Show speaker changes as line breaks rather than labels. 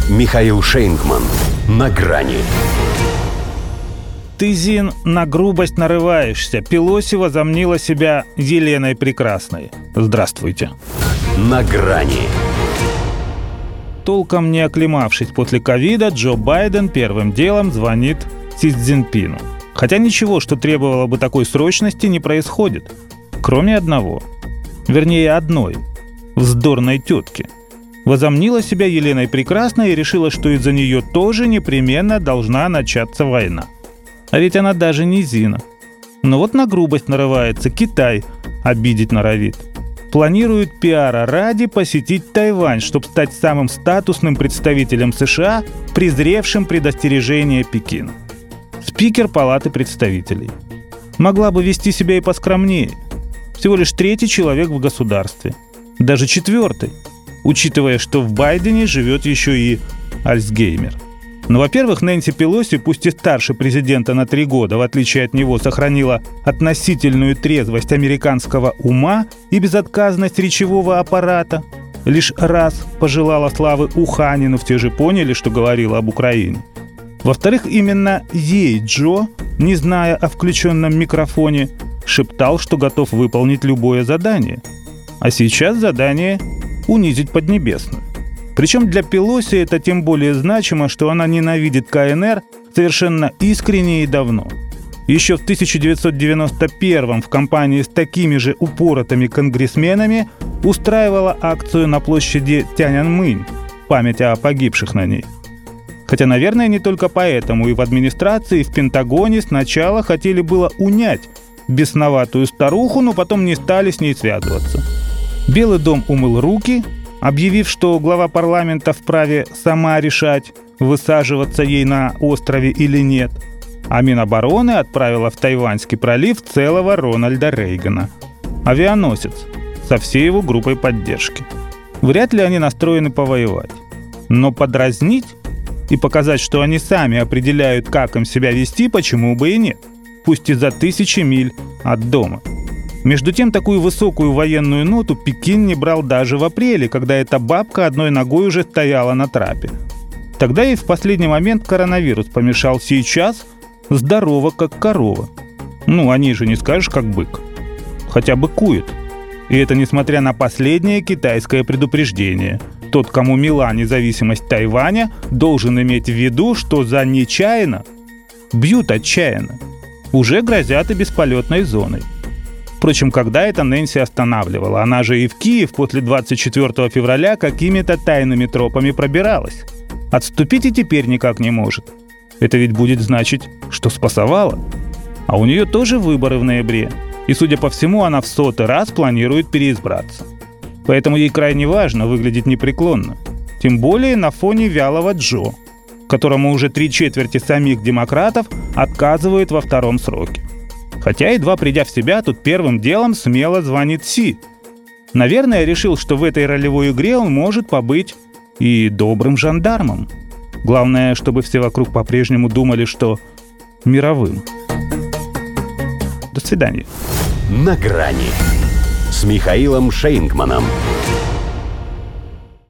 Михаил Шейнгман. На грани.
Ты, Зин, на грубость нарываешься. Пелоси возомнила себя Еленой Прекрасной. Здравствуйте.
На грани.
Толком не оклемавшись после ковида, Джо Байден первым делом звонит Си Цзиньпину. Хотя ничего, что требовало бы такой срочности, не происходит. Кроме одного. Вернее, одной. Вздорной тетки. Возомнила себя Еленой Прекрасной и решила, что из-за нее тоже непременно должна начаться война. А ведь она даже не Зина. Но вот на грубость нарывается, Китай обидеть норовит. Планирует пиара ради посетить Тайвань, чтобы стать самым статусным представителем США, презревшим предостережение Пекина. Спикер Палаты представителей. Могла бы вести себя и поскромнее. Всего лишь третий человек в государстве. Даже четвертый, учитывая, что в Байдене живет еще и Альцгеймер. Но, во-первых, Нэнси Пелоси, пусть и старше президента на 3 года, в отличие от него, сохранила относительную трезвость американского ума и безотказность речевого аппарата. Лишь раз пожелала славы Уханину, все же поняли, что говорила об Украине. Во-вторых, именно ей Джо, не зная о включенном микрофоне, шептал, что готов выполнить любое задание. А сейчас задание — унизить Поднебесную. Причем для Пелоси это тем более значимо, что она ненавидит КНР совершенно искренне и давно. Еще в 1991-м в компании с такими же упоротыми конгрессменами устраивала акцию на площади Тяньаньмэнь в память о погибших на ней. Хотя, наверное, не только поэтому и в администрации, и в Пентагоне сначала хотели было унять бесноватую старуху, но потом не стали с ней связываться. Белый дом умыл руки, объявив, что глава парламента вправе сама решать, высаживаться ей на острове или нет. А Минобороны отправила в Тайваньский пролив целого Рональда Рейгана. Авианосец со всей его группой поддержки. Вряд ли они настроены повоевать. Но подразнить и показать, что они сами определяют, как им себя вести, почему бы и нет. Пусть и за 1000 миль от дома. Между тем, такую высокую военную ноту Пекин не брал даже в апреле, когда эта бабка одной ногой уже стояла на трапе. Тогда ей в последний момент коронавирус помешал. Сейчас здорово, как корова. Ну, о ней же не скажешь, как бык. Хотя быкует. И это несмотря на последнее китайское предупреждение. Тот, кому мила независимость Тайваня, должен иметь в виду, что за нечаянно бьют отчаянно. Уже грозят и бесполетной зоной. Впрочем, когда это Нэнси останавливала? Она же и в Киев после 24 февраля какими-то тайными тропами пробиралась. Отступить и теперь никак не может. Это ведь будет значить, что спасовала. А у нее тоже выборы в ноябре. И, судя по всему, она в 100-й раз планирует переизбраться. Поэтому ей крайне важно выглядеть непреклонно. Тем более на фоне вялого Джо, которому уже 3/4 самих демократов отказывают во 2-м сроке. Хотя, едва придя в себя, тут первым делом смело звонит Си. Наверное, решил, что в этой ролевой игре он может побыть и добрым жандармом. Главное, чтобы все вокруг по-прежнему думали, что мировым. До свидания.
На грани с Михаилом Шейнгманом.